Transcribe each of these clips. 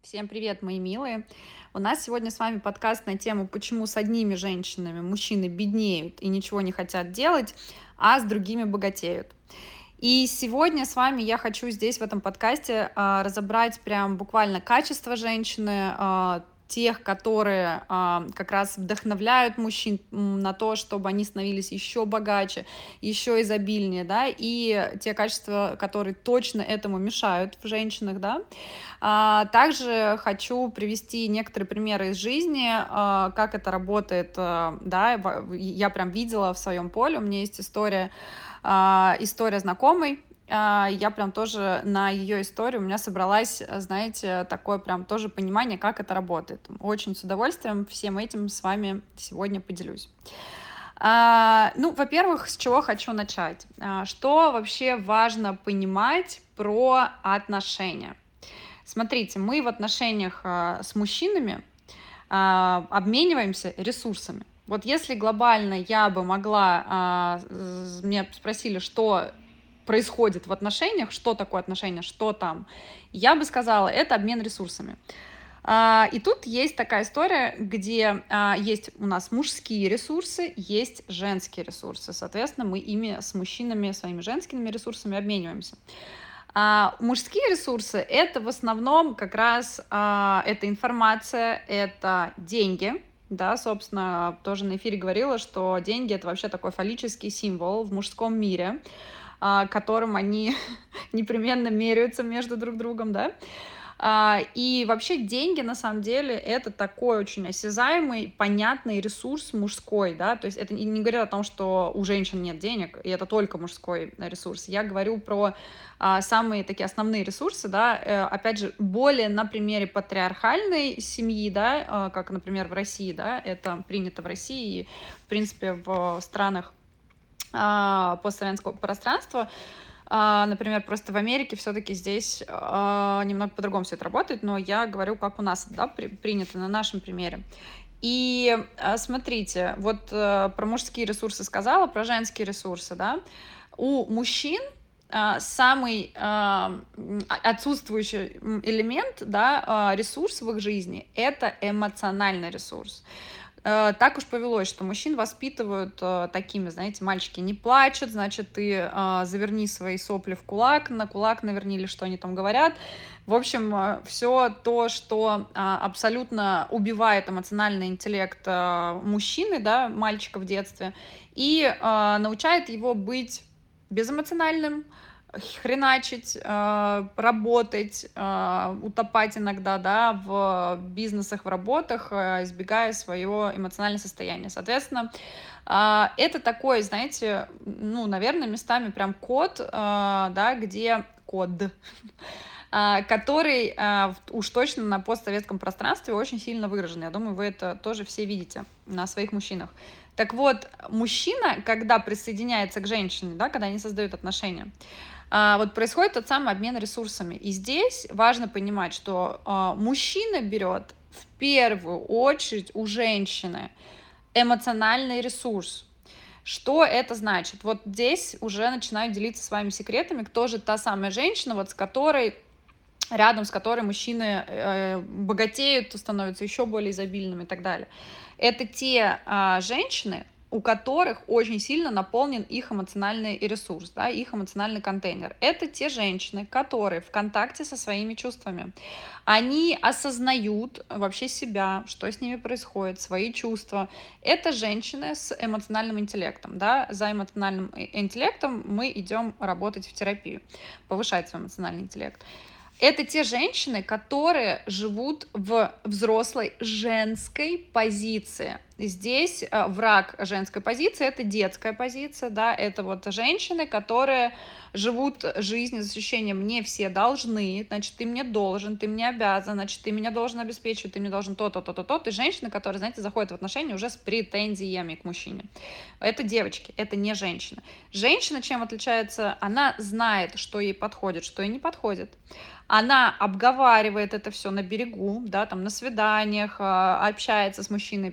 Всем привет, мои милые! У нас сегодня с вами подкаст на тему, почему с одними женщинами мужчины беднеют и ничего не хотят делать, а с другими богатеют. И сегодня с вами я хочу здесь, в этом подкасте, разобрать прям буквально качество женщины, тех, которые как раз вдохновляют мужчин на то, чтобы они становились еще богаче, еще изобильнее, да, и те качества, которые точно этому мешают в женщинах, да. Также хочу привести некоторые примеры из жизни, как это работает, да, я прям видела в своем поле, у меня есть история знакомой. Я прям тоже на ее историю, у меня собралась, знаете, такое прям тоже понимание, как это работает. Очень с удовольствием всем этим с вами сегодня поделюсь. Ну, во-первых, с чего хочу начать? Что вообще важно понимать про отношения? Смотрите, мы в отношениях с мужчинами обмениваемся ресурсами. Вот если глобально я бы могла, меня спросили, что происходит в отношениях, что такое отношения, что там, я бы сказала, это обмен ресурсами. И тут есть такая история, где есть у нас мужские ресурсы, есть женские ресурсы. Соответственно, мы ими с мужчинами, своими женскими ресурсами обмениваемся. Мужские ресурсы — это в основном как раз это информация, это деньги. Да, собственно, тоже на эфире говорила, что деньги — это вообще такой фаллический символ в мужском мире, которым они непременно меряются между друг другом, да. И вообще деньги, на самом деле, это такой очень осязаемый, понятный ресурс мужской, да, то есть это не говорит о том, что у женщин нет денег, и это только мужской ресурс. Я говорю про самые такие основные ресурсы, да, опять же, более на примере патриархальной семьи, да, как, например, в России, да, это принято в России и, в принципе, в странах постсоветского пространства. Например, просто в Америке все-таки здесь немного по-другому все это работает, но я говорю, как у нас, да, принято на нашем примере. И смотрите, вот про мужские ресурсы сказала, про женские ресурсы, да. У мужчин самый отсутствующий элемент, да, ресурс в их жизни — это эмоциональный ресурс. Так уж повелось, что мужчин воспитывают такими, знаете, мальчики не плачут, значит, ты заверни свои сопли в кулак, на кулак наверни, или что они там говорят. В общем, все то, что абсолютно убивает эмоциональный интеллект мужчины, да, мальчика в детстве, и научает его быть безэмоциональным, хреначить, работать, утопать иногда, да, в бизнесах, в работах, избегая свое эмоциональное состояние. Соответственно, это такой, знаете, ну, наверное, местами прям код, да, где код, который уж точно на постсоветском пространстве очень сильно выражен. Я думаю, вы это тоже все видите на своих мужчинах. Так вот, мужчина, когда присоединяется к женщине, да, когда они создают отношения, вот происходит тот самый обмен ресурсами. И здесь важно понимать, что мужчина берет в первую очередь у женщины эмоциональный ресурс. Что это значит? Вот здесь уже начинаю делиться с вами секретами, кто же та самая женщина, вот с которой рядом с которой мужчины богатеют, становятся еще более изобильными и так далее. Это те женщины, у которых очень сильно наполнен их эмоциональный ресурс, да, их эмоциональный контейнер. Это те женщины, которые в контакте со своими чувствами. Они осознают вообще себя, что с ними происходит, свои чувства. Это женщины с эмоциональным интеллектом. Да? За эмоциональным интеллектом мы идем работать в терапию, повышать свой эмоциональный интеллект. Это те женщины, которые живут в взрослой женской позиции. Здесь враг женской позиции — это детская позиция, да, это вот женщины, которые живут жизнью с ощущением «мне все должны», значит, ты мне должен, ты мне обязан, значит, ты меня должен обеспечивать, ты мне должен то-то, то-то, то-то. И женщины, которые, знаете, заходят в отношения уже с претензиями к мужчине. Это девочки, это не женщины. Женщина чем отличается? Она знает, что ей подходит, что ей не подходит. Она обговаривает это все на берегу, да, там на свиданиях, общается с мужчиной, прежде чем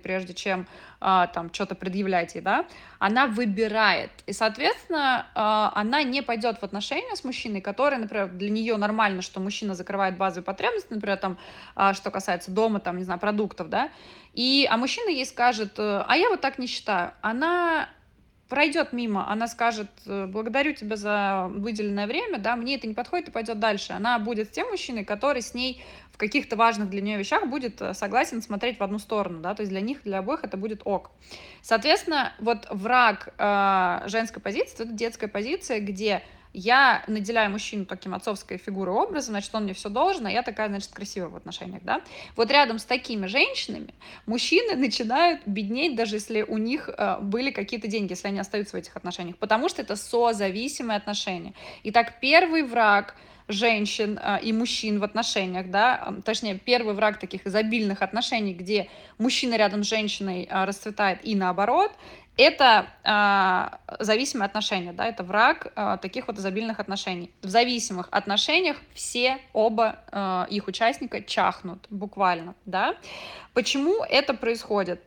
чем там что-то предъявлять ей, да, она выбирает. И, соответственно, она не пойдет в отношения с мужчиной, который, например, для нее нормально, что мужчина закрывает базовые потребности, например, там, что касается дома, там, не знаю, продуктов, да, а мужчина ей скажет, а я вот так не считаю. Она пройдет мимо, она скажет, благодарю тебя за выделенное время, да, мне это не подходит и пойдет дальше. Она будет с тем мужчиной, который с ней в каких-то важных для нее вещах будет согласен смотреть в одну сторону, да, то есть для них, для обоих это будет ок. Соответственно, вот враг женской позиции, это детская позиция, где я наделяю мужчину таким отцовской фигурой образом, значит, он мне все должен, а я такая, значит, красивая в отношениях, да. Вот рядом с такими женщинами мужчины начинают беднеть, даже если у них были какие-то деньги, если они остаются в этих отношениях, потому что это созависимые отношения. Итак, первый враг женщин и мужчин в отношениях, да, точнее, первый враг таких изобильных отношений, где мужчина рядом с женщиной расцветает и наоборот, это зависимые отношения, да, это враг таких вот изобильных отношений. В зависимых отношениях все оба их участника чахнут, буквально, да. Почему это происходит?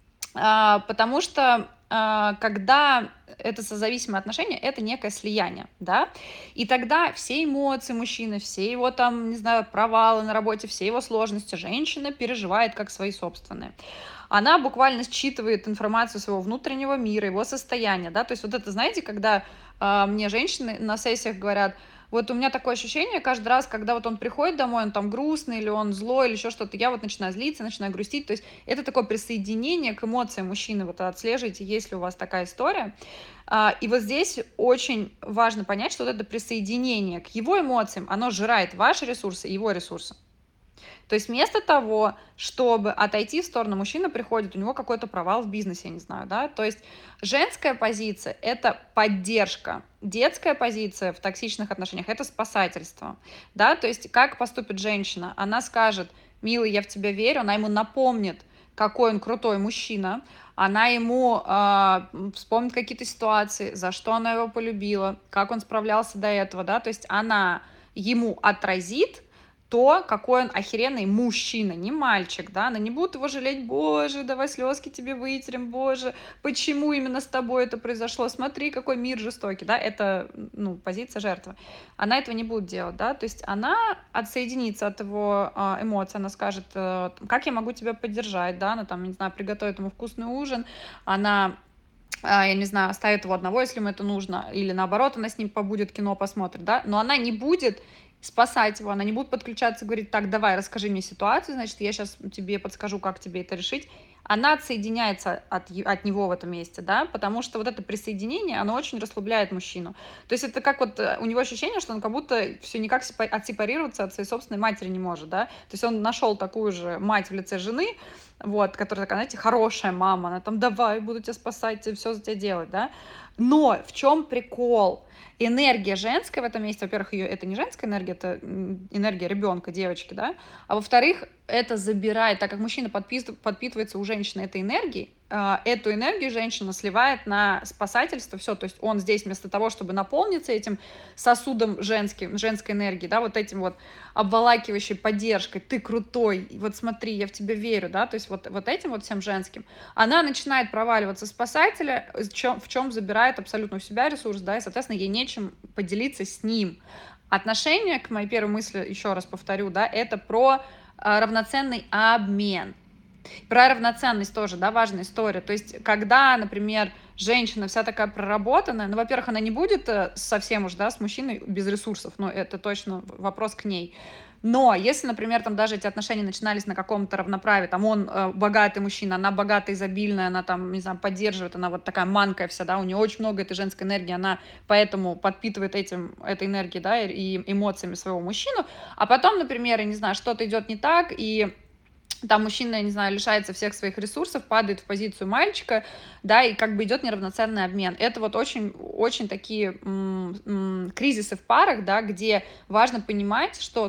Потому что когда это созависимые отношения, это некое слияние, да, и тогда все эмоции мужчины, все его там, не знаю, провалы на работе, все его сложности женщина переживает как свои собственные. Она буквально считывает информацию своего внутреннего мира, его состояния, да, то есть вот это, знаете, когда мне женщины на сессиях говорят, вот у меня такое ощущение каждый раз, когда вот он приходит домой, он там грустный, или он злой, или еще что-то, я вот начинаю злиться, начинаю грустить, то есть это такое присоединение к эмоциям мужчины, вот отслеживайте, есть ли у вас такая история, и вот здесь очень важно понять, что вот это присоединение к его эмоциям, оно сжирает ваши ресурсы и его ресурсы. То есть вместо того, чтобы отойти в сторону, мужчина приходит, у него какой-то провал в бизнесе, я не знаю, да, то есть женская позиция – это поддержка, детская позиция в токсичных отношениях – это спасательство, да, то есть как поступит женщина, она скажет, милый, я в тебя верю, она ему напомнит, какой он крутой мужчина, она ему вспомнит какие-то ситуации, за что она его полюбила, как он справлялся до этого, да, то есть она ему отразит то, какой он охеренный мужчина, не мальчик, да, она не будет его жалеть, боже, давай слезки тебе вытерем, боже, почему именно с тобой это произошло, смотри, какой мир жестокий, да, это, ну, позиция жертвы. Она этого не будет делать, да, то есть она отсоединится от его эмоций, она скажет, как я могу тебя поддержать, да, она там, не знаю, приготовит ему вкусный ужин, она я не знаю, оставит его одного, если ему это нужно, или наоборот, она с ним побудет, кино посмотрит, да, но она не будет спасать его, она не будет подключаться и говорить, так, давай, расскажи мне ситуацию, значит, я сейчас тебе подскажу, как тебе это решить. Она отсоединяется от него в этом месте, да, потому что вот это присоединение, оно очень расслабляет мужчину. То есть это как вот у него ощущение, что он как будто все никак отсепарироваться от своей собственной матери не может, да, то есть он нашел такую же мать в лице жены, вот, которая такая, знаете, хорошая мама, она там, давай, буду тебя спасать, все за тебя делать, да, но в чем прикол? Энергия женская в этом месте, во-первых, ее это не женская энергия, это энергия ребенка, девочки, да, а во-вторых, это забирает, так как мужчина подпитывается у женщины этой энергией, эту энергию женщина сливает на спасательство, все, то есть он здесь вместо того, чтобы наполниться этим сосудом женской энергии, да, вот этим вот обволакивающей поддержкой, ты крутой, вот смотри, я в тебя верю, да, то есть вот этим вот всем женским, она начинает проваливаться в спасателя, в чем забирает абсолютно у себя ресурс, да, и, соответственно, ей нечем поделиться с ним. Отношение, к моей первой мысли, еще раз повторю, да, это про равноценный обмен. Про равноценность тоже, да, важная история. То есть, когда, например, женщина вся такая проработанная, ну, во-первых, она не будет совсем уж, да, с мужчиной без ресурсов, ну, это точно вопрос к ней. Но если, например, там даже эти отношения начинались на каком-то равноправии, там он богатый мужчина, она богатая, изобильная, она там, не знаю, поддерживает, она вот такая манкая вся, да, у нее очень много этой женской энергии, она поэтому подпитывает этой энергией, да, и эмоциями своего мужчину, а потом, например, я не знаю, что-то идет не так, и там мужчина, я не знаю, лишается всех своих ресурсов, падает в позицию мальчика, да, и как бы идет неравноценный обмен. Это вот очень, очень такие кризисы в парах, да, где важно понимать, что тут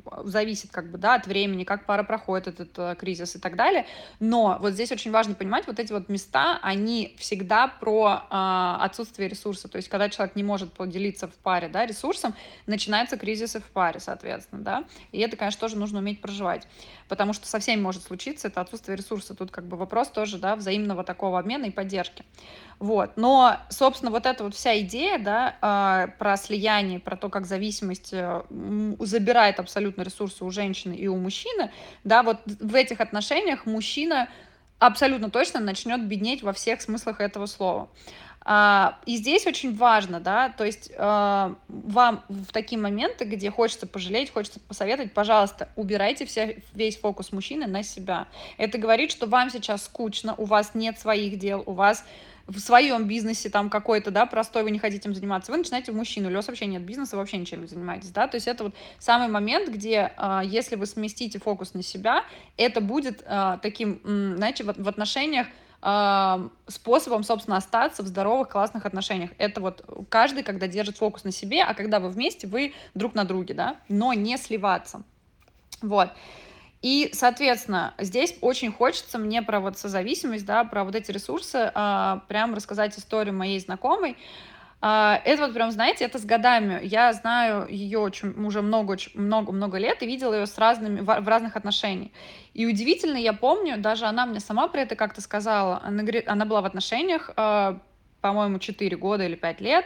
зависит как бы, да, от времени, как пара проходит этот кризис и так далее. Но вот здесь очень важно понимать, вот эти вот места, они всегда про отсутствие ресурса. То есть, когда человек не может поделиться в паре, да, ресурсом, начинаются кризисы в паре, соответственно, да. И это, конечно, тоже нужно уметь проживать, потому что со всеми может случиться это отсутствие ресурса. Тут как бы вопрос тоже, да, взаимного такого обмена и поддержки. Вот. Но, собственно, вот эта вот вся идея, да, про слияние, про то, как зависимость забирает абсолютно ресурсы у женщины и у мужчины, да, вот в этих отношениях мужчина абсолютно точно начнет беднеть во всех смыслах этого слова. И здесь очень важно, да, то есть вам в такие моменты, где хочется пожалеть, хочется посоветовать, пожалуйста, убирайте весь фокус мужчины на себя. Это говорит, что вам сейчас скучно, у вас нет своих дел, у вас в своем бизнесе там какой-то, да, простой, вы не хотите им заниматься, вы начинаете в мужчину, или у вас вообще нет бизнеса, вообще ничем не занимаетесь, да, то есть это вот самый момент, где, если вы сместите фокус на себя, это будет таким, знаете, в отношениях способом, собственно, остаться в здоровых, классных отношениях. Это вот каждый, когда держит фокус на себе, а когда вы вместе, вы друг на друге, да, но не сливаться. Вот. И, соответственно, здесь очень хочется мне про вот созависимость, да, про вот эти ресурсы прям рассказать историю моей знакомой. Это вот прям, знаете, это с годами. Я знаю ее уже много-много лет и видела ее в разных отношениях. И удивительно, я помню, даже она мне сама про это как-то сказала. Она говорит, она была в отношениях, по-моему, 4 года или 5 лет.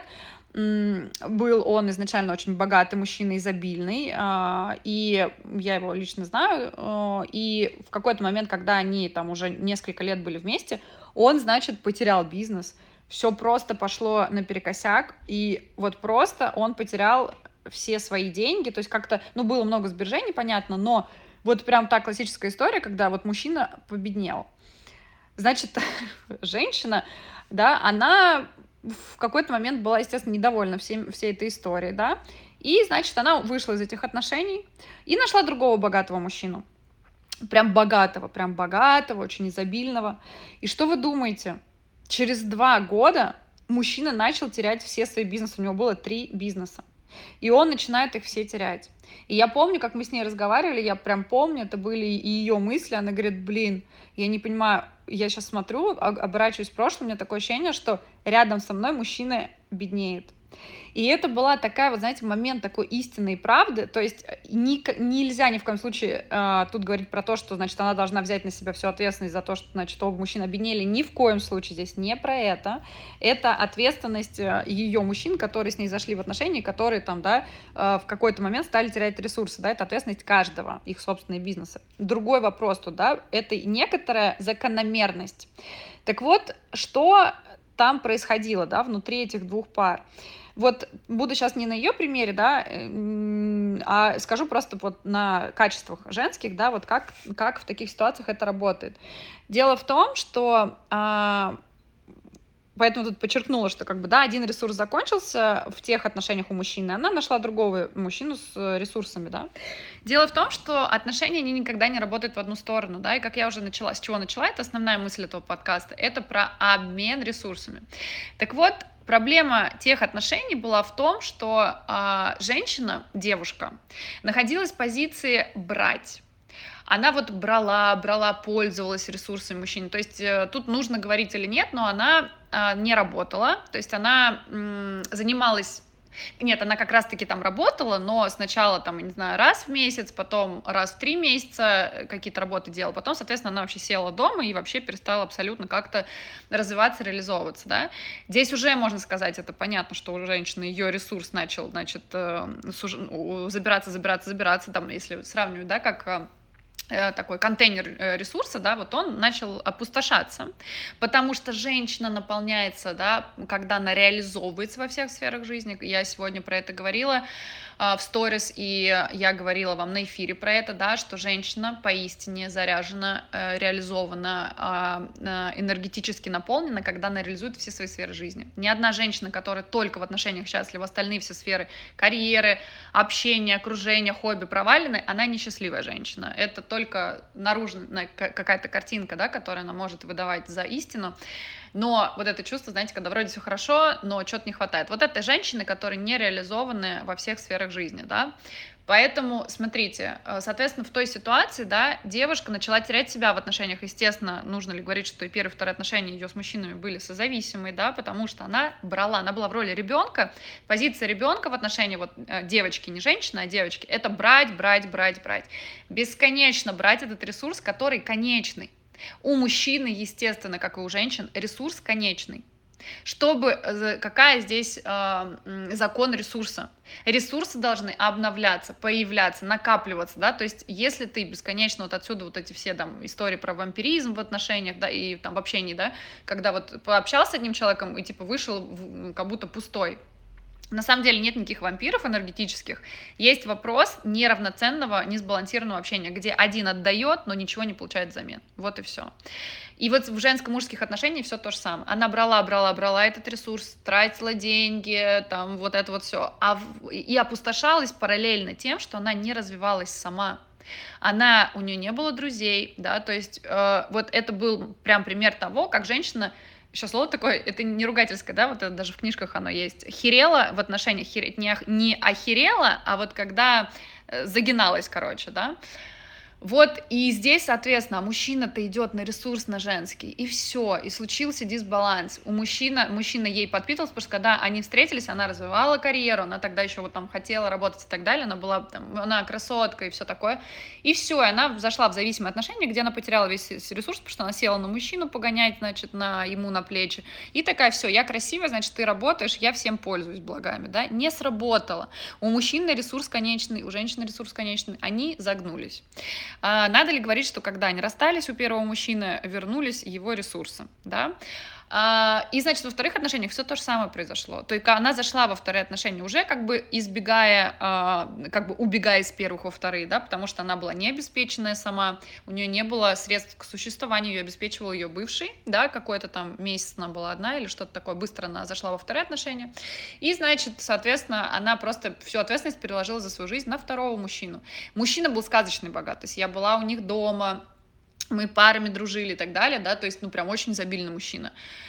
Был он изначально очень богатый мужчина, изобильный, и я его лично знаю, и в какой-то момент, когда они там уже несколько лет были вместе, он, значит, потерял бизнес, все просто пошло наперекосяк, и вот просто он потерял все свои деньги, то есть как-то, ну, было много сбережений, понятно, но вот прям та классическая история, когда вот мужчина победнел. Значит, женщина, да, она в какой-то момент была, естественно, недовольна всей этой историей, да, и, значит, она вышла из этих отношений и нашла другого богатого мужчину. Прям богатого, очень изобильного. И что вы думаете? Через 2 года мужчина начал терять все свои бизнесы. У него было 3 бизнеса. И он начинает их все терять. И я помню, как мы с ней разговаривали, я прям помню, это были и ее мысли. Она говорит, блин, я не понимаю, я сейчас смотрю, оборачиваюсь в прошлое, у меня такое ощущение, что рядом со мной мужчина беднеет. И это была такая, вот знаете, момент такой истинной правды, то есть нельзя ни в коем случае тут говорить про то, что, значит, она должна взять на себя всю ответственность за то, что, значит, оба мужчин обеднели, ни в коем случае здесь не про это ответственность ее мужчин, которые с ней зашли в отношения, которые там, да, в какой-то момент стали терять ресурсы, да, это ответственность каждого, их собственные бизнесы. Другой вопрос тут, да, это некоторая закономерность. Так вот, что там происходило, да, внутри этих 2 пар. Вот буду сейчас не на ее примере, да, а скажу просто вот на качествах женских, да, вот как в таких ситуациях это работает. Дело в том, что поэтому тут подчеркнула, что как бы, да, один ресурс закончился в тех отношениях у мужчины, она нашла другого мужчину с ресурсами, да. Дело в том, что отношения, они никогда не работают в одну сторону, да, и как я уже начала, с чего начала, это основная мысль этого подкаста, это про обмен ресурсами. Так вот, проблема тех отношений была в том, что женщина, девушка, находилась в позиции брать. Она вот брала, пользовалась ресурсами мужчин. То есть тут нужно говорить или нет, но она не работала. То есть она занималась... Нет, она как раз-таки там работала, но сначала там, не знаю, раз в месяц, потом раз в 3 месяца какие-то работы делала, потом, соответственно, она вообще села дома и вообще перестала абсолютно как-то развиваться, реализовываться, да. Здесь уже, можно сказать, это понятно, что у женщины ее ресурс начал, значит, забираться, там, если сравнивать, да, как... такой контейнер ресурса, да, вот он начал опустошаться, потому что женщина наполняется, да, когда она реализовывается во всех сферах жизни. Я сегодня про это говорила в сторис, и я говорила вам на эфире про это, да, что женщина поистине заряжена, реализована, энергетически наполнена, когда она реализует все свои сферы жизни. Ни одна женщина, которая только в отношениях счастлива, остальные все сферы карьеры, общения, окружения, хобби провалены, она несчастливая женщина. Это только наружная какая-то картинка, да, которую она может выдавать за истину. Но вот это чувство, знаете, когда вроде все хорошо, но что-то не хватает. Вот это женщины, которые не реализованы во всех сферах жизни, да. Поэтому, смотрите, соответственно, в той ситуации, да, девушка начала терять себя в отношениях. Естественно, нужно ли говорить, что и первые, и вторые отношения ее с мужчинами были созависимые, да, потому что она брала, она была в роли ребенка. Позиция ребенка в отношении вот девочки, не женщины, а девочки, это брать, брать, брать, брать. Бесконечно брать этот ресурс, который конечный. У мужчины, естественно, как и у женщин, ресурс конечный. Какая здесь закон ресурса? Ресурсы должны обновляться, появляться, накапливаться, да, то есть если ты бесконечно вот отсюда вот эти все там истории про вампиризм в отношениях, да, и там в общении, да, когда вот пообщался с одним человеком и типа вышел как будто пустой. На самом деле нет никаких вампиров энергетических. Есть вопрос неравноценного, несбалансированного общения, где один отдает, но ничего не получает взамен. Вот и все. И вот в женско-мужских отношениях все то же самое. Она брала этот ресурс, тратила деньги, там вот это вот все. И опустошалась параллельно тем, что она не развивалась сама. У нее не было друзей, да, то есть вот это был прям пример того, как женщина. Еще слово такое, это не ругательское, да, вот это даже в книжках оно есть. Херела в отношениях, не охерела, а вот когда загиналась, короче, да. Вот, и здесь, соответственно, мужчина-то идет на ресурс, на женский, и все, и случился дисбаланс. Мужчина ей подпитывался, потому что когда они встретились, она развивала карьеру, она тогда еще вот там хотела работать и так далее, она красотка и все такое, и все, и она зашла в зависимые отношения, где она потеряла весь ресурс, потому что она села на мужчину погонять, значит, ему на плечи, и такая, все, я красивая, значит, ты работаешь, я всем пользуюсь благами, да, не сработало. У мужчины ресурс конечный, у женщины ресурс конечный, они загнулись. Надо ли говорить, что когда они расстались, у первого мужчины вернулись его ресурсы, да? И, значит, во вторых отношениях все то же самое произошло. То есть она зашла во вторые отношения уже как бы убегая из первых во вторые, да, потому что она была не обеспеченная сама, у нее не было средств к существованию, ее обеспечивал ее бывший, да, какой-то там месяц она была одна или что-то такое, быстро она зашла во вторые отношения. И, значит, соответственно, она просто всю ответственность переложила за свою жизнь на второго мужчину. Мужчина был сказочный богат, то есть я была у них дома, мы парами дружили и так далее, да, то есть, прям очень изобильный мужчина.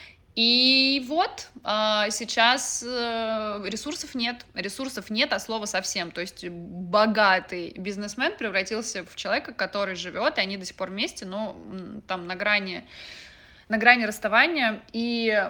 И вот сейчас ресурсов нет, от слова совсем, то есть богатый бизнесмен превратился в человека, который живет, и они до сих пор вместе, но там на грани расставания, и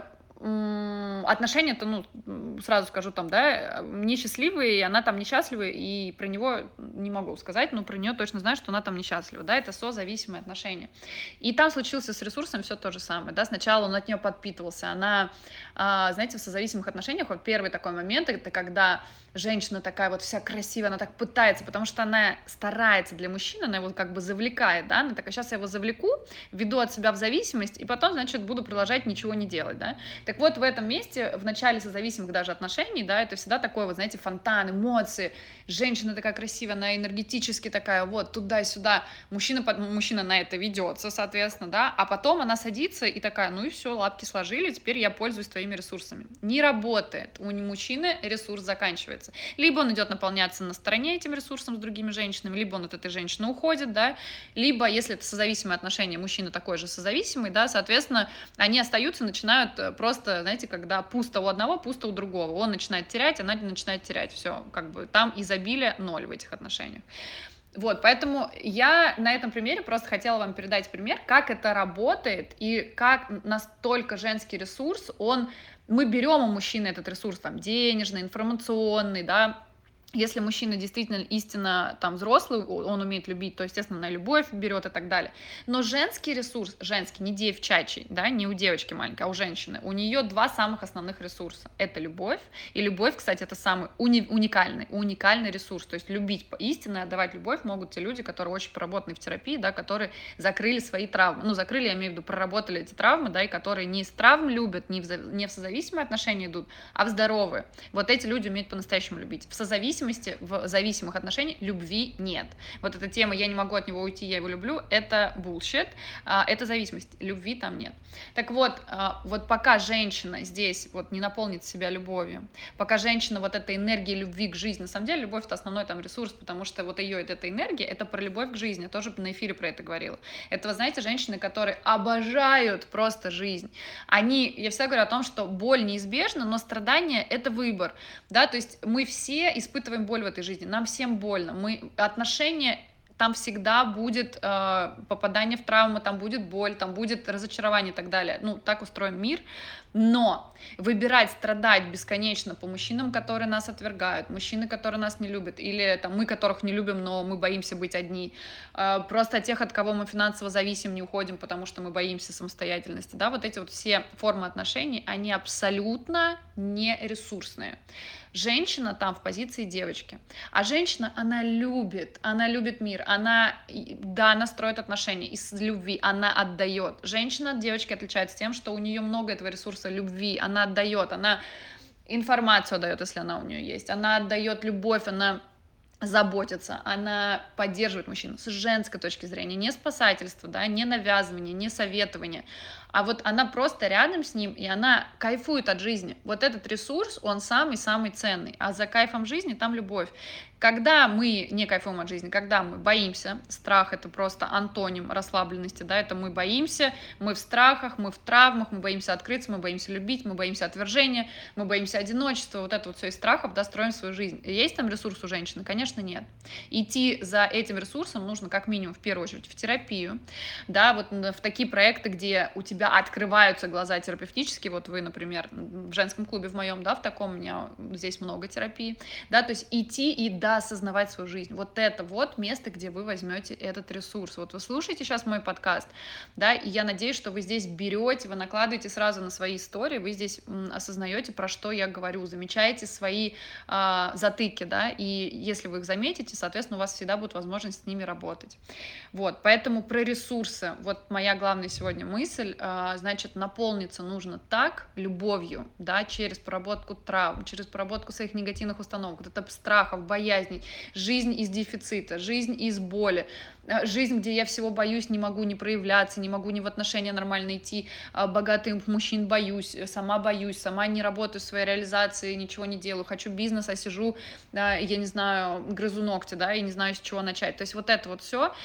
отношения-то, сразу скажу, там, да, несчастливые, и она там несчастлива, и про него не могу сказать, но про нее точно знаю, что она там несчастлива, да, это созависимые отношения. И там случился с ресурсом все то же самое, да, сначала он от нее подпитывался, она, знаете, в созависимых отношениях, вот первый такой момент, это когда женщина такая вот вся красивая, она так пытается, потому что она старается для мужчины, она его как бы завлекает, да, она такая, сейчас я его завлеку, веду от себя в зависимость, и потом, значит, буду продолжать ничего не делать, да. Так вот, в этом месте, в начале созависимых даже отношений, да, это всегда такой вот, знаете, фонтан, эмоции, женщина такая красивая, она энергетически такая, вот, туда-сюда, мужчина на это ведется, соответственно, да, а потом она садится и такая, ну и все, лапки сложили, теперь я пользуюсь твоими ресурсами. Не работает, у мужчины ресурс заканчивается. Либо он идет наполняться на стороне этим ресурсом с другими женщинами, либо он от этой женщины уходит, да, либо, если это созависимые отношения, мужчина такой же созависимый, да, соответственно, они остаются, начинают просто, знаете, когда пусто у одного, пусто у другого. Он начинает терять, она начинает терять. Все, как бы там изобилие ноль в этих отношениях. Вот, поэтому я на этом примере просто хотела вам передать пример, как это работает и как настолько женский ресурс, мы берем у мужчины этот ресурс, там, денежный, информационный, да. Если мужчина действительно истинно там взрослый, он умеет любить, то, естественно, на любовь берет и так далее. Но женский ресурс, женский, не девчачий, да, не у девочки маленькой, а у женщины, у нее два самых основных ресурса. Это любовь, и любовь, кстати, это самый уникальный ресурс. То есть любить истинно, отдавать любовь могут те люди, которые очень проработаны в терапии, да, которые закрыли свои травмы. Ну, закрыли, я имею в виду, проработали эти травмы, да, и которые не из травм любят, не в созависимые отношения идут, а в здоровые. Вот эти люди умеют по-настоящему любить. В зависимых отношениях любви нет. Вот эта тема «я не могу от него уйти, я его люблю» — это bullshit, это зависимость, любви там нет. Так вот, вот пока женщина здесь вот не наполнит себя любовью, пока женщина вот этой энергией любви к жизни, на самом деле любовь — это основной там ресурс, потому что вот ее эта энергия — это про любовь к жизни, я тоже на эфире про это говорила. Это, вы знаете, женщины, которые обожают просто жизнь. Я всегда говорю о том, что боль неизбежна, но страдание — это выбор, да, то есть мы все испытываем испытываем боль в этой жизни, нам всем больно, отношения, там всегда будет попадание в травму, там будет боль, там будет разочарование и так далее. Ну, так устроен мир. Но выбирать страдать бесконечно по мужчинам, которые нас отвергают, мужчины, которые нас не любят, или там мы, которых не любим, но мы боимся быть одни, просто тех, от кого мы финансово зависим, не уходим, потому что мы боимся самостоятельности, да, вот эти вот все формы отношений, они абсолютно не ресурсные. Женщина там в позиции девочки, а женщина, она любит мир, она строит отношения из любви, она отдает. Женщина от девочки отличается тем, что у нее много этого ресурса любви, она отдает, она информацию отдает, если она у нее есть, она отдает любовь, она заботится, она поддерживает мужчину с женской точки зрения, не спасательство, да, не навязывание, не советование, а вот она просто рядом с ним, и она кайфует от жизни. Вот этот ресурс, он самый-самый ценный, а за кайфом жизни там любовь. Когда мы не кайфуем от жизни, когда мы боимся, страх — это просто антоним расслабленности, да, это мы боимся, мы в страхах, мы в травмах, мы боимся открыться, мы боимся любить, мы боимся отвержения, мы боимся одиночества, вот это вот все из страхов, да, строим свою жизнь. Есть там ресурс у женщины? Конечно, нет. Идти за этим ресурсом нужно как минимум в первую очередь в терапию, да, вот в такие проекты, где у тебя открываются глаза терапевтические, вот вы, например, в женском клубе в моем, да, в таком у меня здесь много терапии, да, то есть идти и, да, осознавать свою жизнь. Вот это вот место, где вы возьмете этот ресурс. Вот вы слушаете сейчас мой подкаст, да, и я надеюсь, что вы здесь берете, вы накладываете сразу на свои истории, вы здесь осознаете, про что я говорю, замечаете свои затыки, да, и если вы их заметите, соответственно, у вас всегда будет возможность с ними работать. Вот, поэтому про ресурсы, вот моя главная сегодня мысль, значит, наполниться нужно так, любовью, да, через проработку травм, через проработку своих негативных установок, вот это страхов, боязней, жизнь из дефицита, жизнь из боли, жизнь, где я всего боюсь, не могу не проявляться, не могу ни в отношения нормально идти, богатых мужчин боюсь, сама не работаю в своей реализации, ничего не делаю, хочу бизнес, а сижу, я не знаю, грызу ногти, да, и не знаю, с чего начать. То есть вот это вот все.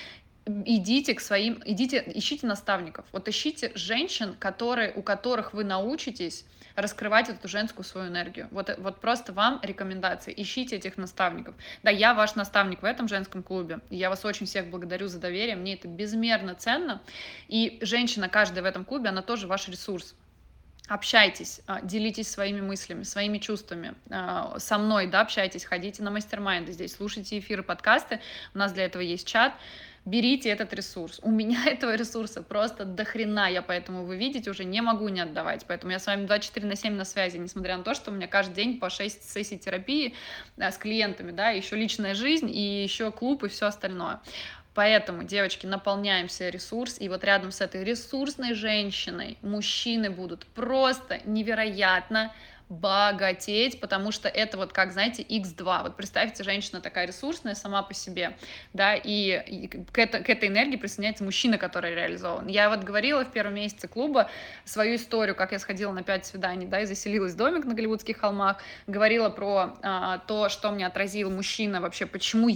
Ищите наставников, вот ищите женщин, у которых вы научитесь раскрывать эту женскую свою энергию. Вот просто вам рекомендации, ищите этих наставников. Да, я ваш наставник в этом женском клубе, и я вас очень всех благодарю за доверие, мне это безмерно ценно, и женщина каждая в этом клубе, она тоже ваш ресурс. Общайтесь, делитесь своими мыслями, своими чувствами, со мной, да, общайтесь, ходите на мастер-майнды здесь, слушайте эфиры, подкасты, у нас для этого есть чат. Берите этот ресурс. У меня этого ресурса просто до хрена, я поэтому, вы видите, уже не могу не отдавать. Поэтому я с вами 24/7 на связи, несмотря на то, что у меня каждый день по 6 сессий терапии с клиентами, да, еще личная жизнь, и еще клуб, и все остальное. Поэтому, девочки, наполняемся ресурс, и вот рядом с этой ресурсной женщиной мужчины будут просто невероятно богатеть, потому что это вот как, знаете, x2. Вот представьте, женщина такая ресурсная сама по себе, да, и к этой энергии присоединяется мужчина, который реализован. Я вот говорила в первом месяце клуба свою историю, как я сходила на 5 свиданий, да, и заселилась в домик на Голливудских холмах, говорила про то, что мне отразил мужчина вообще, почему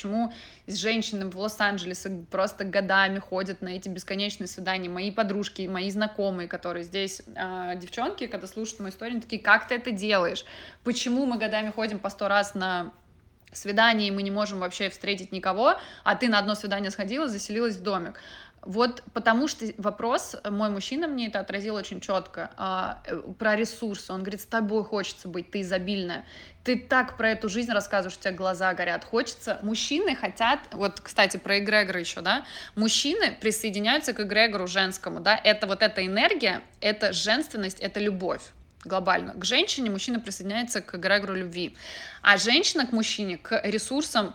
с женщинами в Лос-Анджелесе просто годами ходят на эти бесконечные свидания, мои подружки, мои знакомые, которые здесь, девчонки, когда слушают мою историю, они такие: как ты это делаешь? Почему мы годами ходим по 100 раз на свидание, и мы не можем вообще встретить никого, а ты на одно свидание сходила, заселилась в домик? Вот потому что вопрос, мой мужчина мне это отразил очень четко, про ресурсы. Он говорит: с тобой хочется быть, ты изобильная. Ты так про эту жизнь рассказываешь, у тебя глаза горят. Хочется. Мужчины хотят, вот, кстати, про эгрегоры еще, да, мужчины присоединяются к эгрегору женскому, да, это вот эта энергия, это женственность, это любовь. Глобально. К женщине мужчина присоединяется к эгрегору любви, а женщина к мужчине, к ресурсам.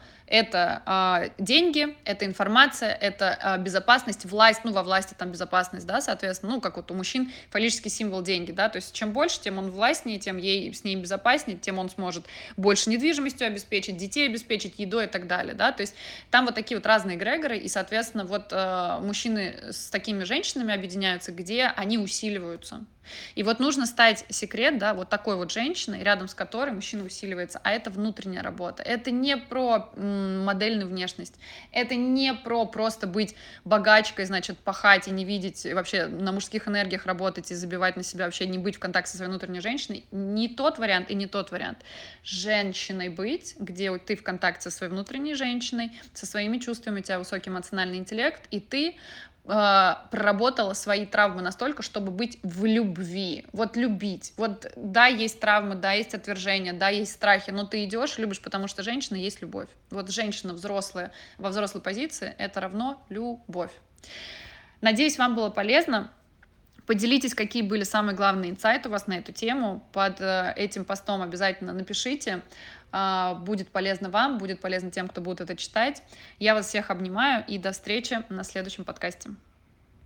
Это деньги, это информация, это безопасность, власть, ну, во власти там безопасность, да, соответственно, ну, как вот у мужчин фаллический символ деньги, да, то есть чем больше, тем он властнее, тем с ней безопаснее, тем он сможет больше недвижимостью обеспечить, детей обеспечить, едой и так далее, да, то есть там вот такие вот разные эгрегоры, и, соответственно, вот мужчины с такими женщинами объединяются, где они усиливаются. И вот нужно стать секрет, да, вот такой вот женщиной, рядом с которой мужчина усиливается, а это внутренняя работа. Это не про модельную внешность. Это не про просто быть богачкой, значит, пахать и не видеть, вообще на мужских энергиях работать и забивать на себя, вообще не быть в контакте со своей внутренней женщиной. Не тот вариант и не тот вариант. Женщиной быть, где вот ты в контакте со своей внутренней женщиной, со своими чувствами, у тебя высокий эмоциональный интеллект, и ты проработала свои травмы настолько, чтобы быть в любви, вот любить. Вот да, есть травмы, да, есть отвержение, да, есть страхи, но ты идешь, любишь, потому что женщина есть любовь. Вот женщина взрослая во взрослой позиции — это равно любовь. Надеюсь, вам было полезно. Поделитесь, какие были самые главные инсайты у вас на эту тему. Под этим постом обязательно напишите. Будет полезно вам, будет полезно тем, кто будет это читать. Я вас всех обнимаю и до встречи на следующем подкасте.